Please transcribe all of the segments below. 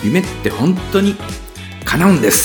夢って本当に叶うんです。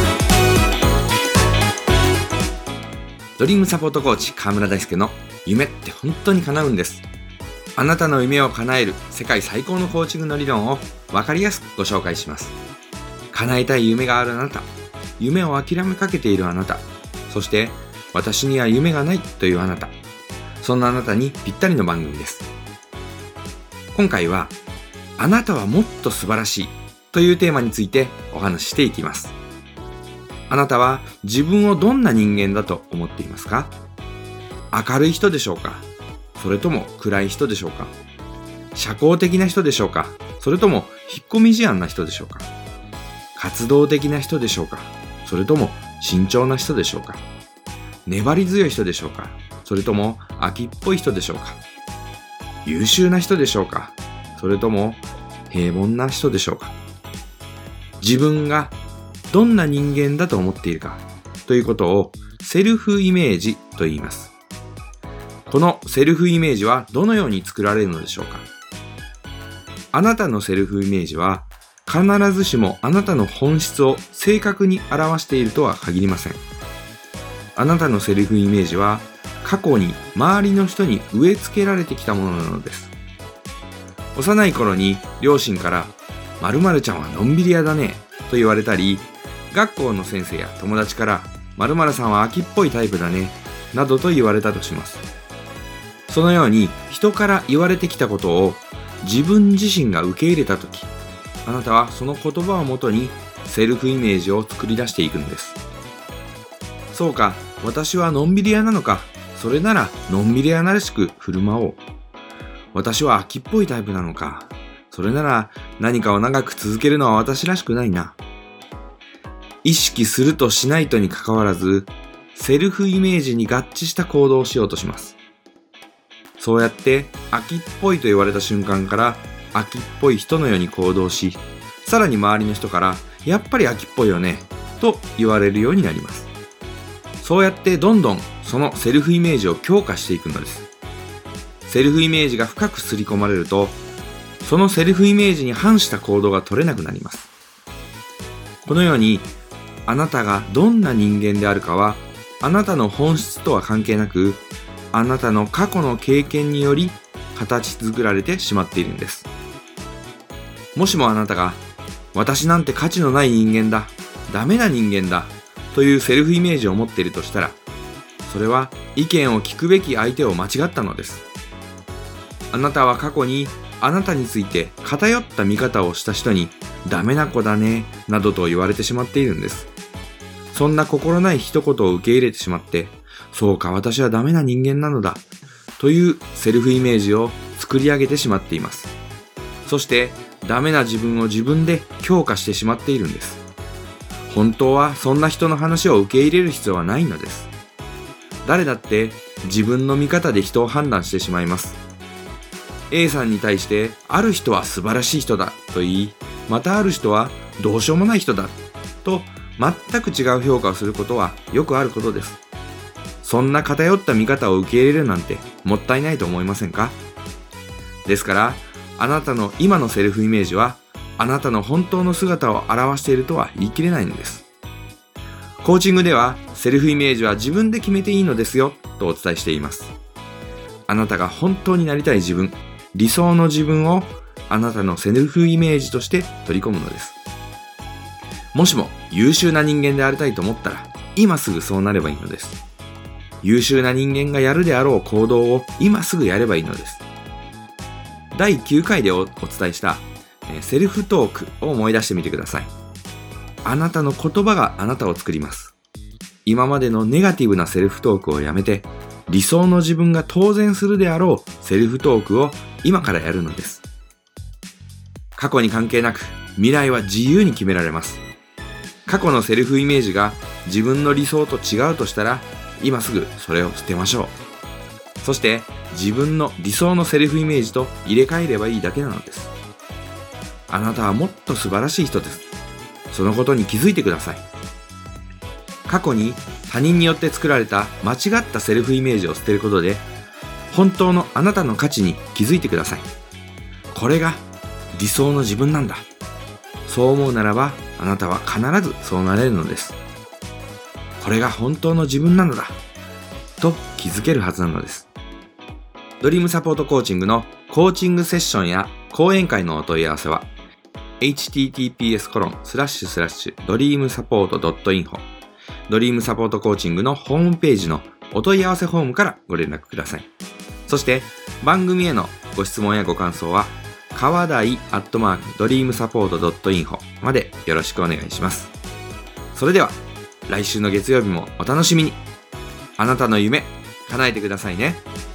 ドリームサポートコーチ川村大輔の夢って本当に叶うんです。あなたの夢を叶える世界最高のコーチングの理論を分かりやすくご紹介します。叶えたい夢があるあなた、夢を諦めかけているあなた、そして私には夢がないというあなた、そんなあなたにぴったりの番組です。今回はあなたはもっと素晴らしいというテーマについてお話ししていきます。あなたは自分をどんな人間だと思っていますか？明るい人でしょうか？それとも暗い人でしょうか？社交的な人でしょうか？それとも引っ込み思案な人でしょうか？活動的な人でしょうか？それとも慎重な人でしょうか？粘り強い人でしょうか？それとも秋っぽい人でしょうか？優秀な人でしょうか？それとも平凡な人でしょうか？自分がどんな人間だと思っているかということをセルフイメージと言います。このセルフイメージはどのように作られるのでしょうか？あなたのセルフイメージは必ずしもあなたの本質を正確に表しているとは限りません。あなたのセルフイメージは過去に周りの人に植え付けられてきたものなのです。幼い頃に両親から〇〇ちゃんはのんびり屋だねと言われたり、学校の先生や友達から〇〇さんは秋っぽいタイプだねなどと言われたとします。そのように人から言われてきたことを自分自身が受け入れたとき、あなたはその言葉をもとにセルフイメージを作り出していくのです。そうか、私はのんびり屋なのか。それならのんびり屋らしく振る舞おう。私は秋っぽいタイプなのか。それなら何かを長く続けるのは私らしくないな。意識するとしないとにかかわらず、セルフイメージに合致した行動をしようとします。そうやって秋っぽいと言われた瞬間から秋っぽい人のように行動し、さらに周りの人からやっぱり秋っぽいよねと言われるようになります。そうやってどんどんそのセルフイメージを強化していくのです。セルフイメージが深く刷り込まれると、そのセルフイメージに反した行動が取れなくなります。このように、あなたがどんな人間であるかは、あなたの本質とは関係なく、あなたの過去の経験により形作られてしまっているんです。もしもあなたが、私なんて価値のない人間だ、ダメな人間だ、というセルフイメージを持っているとしたら、それは意見を聞くべき相手を間違ったのです。あなたは過去にあなたについて偏った見方をした人にダメな子だねなどと言われてしまっているんです。そんな心ない一言を受け入れてしまって、そうか私はダメな人間なのだというセルフイメージを作り上げてしまっています。そしてダメな自分を自分で強化してしまっているんです。本当はそんな人の話を受け入れる必要はないのです。誰だって自分の見方で人を判断してしまいます。A さんに対してある人は素晴らしい人だと言い、またある人はどうしようもない人だと全く違う評価をすることはよくあることです。そんな偏った見方を受け入れるなんてもったいないと思いませんか？ですから、あなたの今のセルフイメージはあなたの本当の姿を表しているとは言い切れないのです。コーチングではセルフイメージは自分で決めていいのですよとお伝えしています。あなたが本当になりたい自分、理想の自分をあなたのセルフイメージとして取り込むのです。もしも優秀な人間でありたいと思ったら今すぐそうなればいいのです。優秀な人間がやるであろう行動を今すぐやればいいのです。第9回でお伝えしたセルフトークを思い出してみてください。あなたの言葉があなたを作ります。今までのネガティブなセルフトークをやめて、理想の自分が当然するであろうセルフトークを今からやるのです。過去に関係なく未来は自由に決められます。過去のセルフイメージが自分の理想と違うとしたら、今すぐそれを捨てましょう。そして自分の理想のセルフイメージと入れ替えればいいだけなのです。あなたはもっと素晴らしい人です。そのことに気づいてください。過去に他人によって作られた間違ったセルフイメージを捨てることで、本当のあなたの価値に気づいてください。これが理想の自分なんだ。 そう思うならば、あなたは必ずそうなれるのです。これが本当の自分なのだと気づけるはずなのです。ドリームサポートコーチングのコーチングセッションや講演会のお問い合わせは https://dreamsupport.info ドリームサポートコーチングのホームページのお問い合わせフォームからご連絡ください。そして番組へのご質問やご感想は川台@dreamsupport.info までよろしくお願いします。それでは来週の月曜日もお楽しみに。あなたの夢叶えてくださいね。